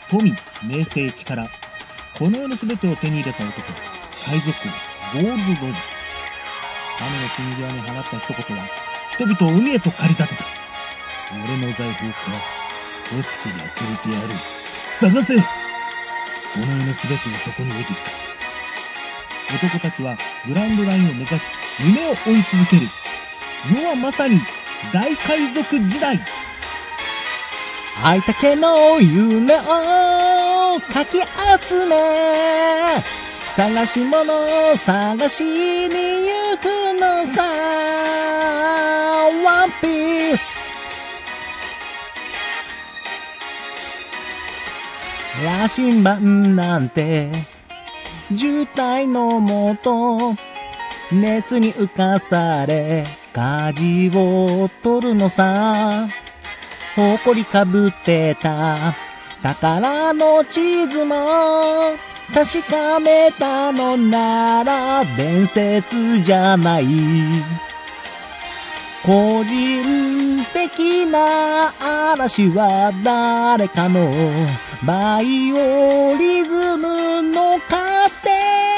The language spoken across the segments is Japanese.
富、名声、力、この世の全てを手に入れた男、海賊王、ゴールド・ロジャー。神の死に際に放った一言は、人々を海へと駆り立てた。俺の財宝から欲しく焼けてやる。探せ。この世の全てをそこに置いてきた。男たちはグランドラインを目指し、夢を追い続ける。世はまさに大海賊時代。 愛だけの夢をかき集め、探し物を探しに行くのさ。ワンピース。羅針盤なんて渋滞のもと、熱に浮かされ舵を取るのさ。誇りかぶってた宝の地図も確かめたのなら伝説じゃない。個人的な嵐は誰かのバイオリズムの糧、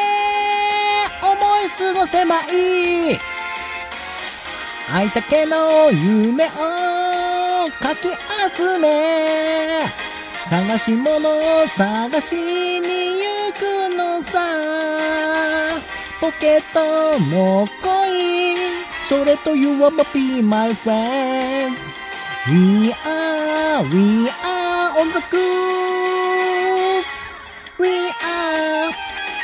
思い過ごせばいい。愛だけの夢をかき集め、探し物を探しに行くのさ。ポケットのコイン、それと You wanna be my friends. We are on the cruise. We are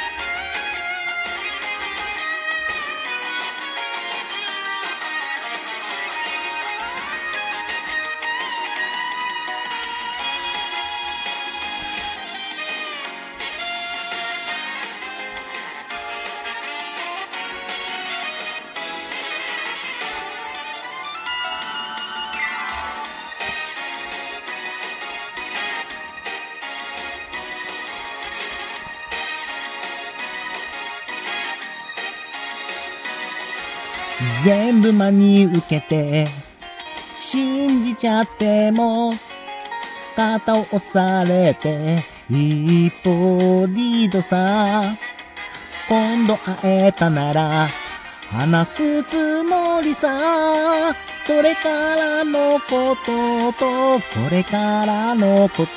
全部真に受けて信じちゃっても、肩を押されて一歩リードさ。今度会えたなら話すつもりさ。それからのこととこれからのこと、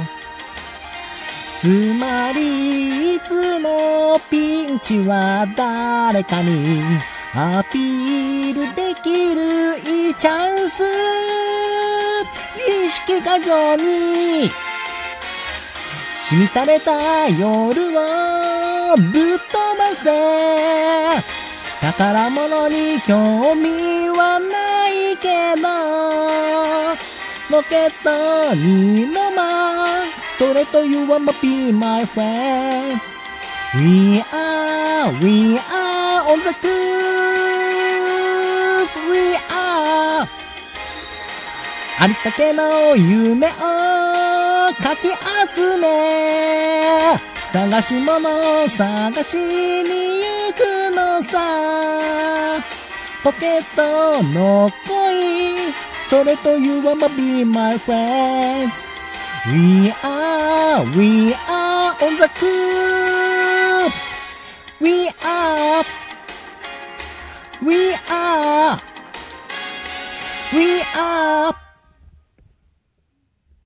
つまりいつもピンチは誰かにアピールできるいいチャンス。自意識過剰に浸れた夜をぶっ飛ばせ。宝物に興味はないけど、ポケットにのま、それと You wanna be my friend. We are on the cruise. We are ありったけの夢をかき集め、探し物を探しに行くのさ。ポケットのコイン、それと You wanna be my friends. We are on the cruise. We are we are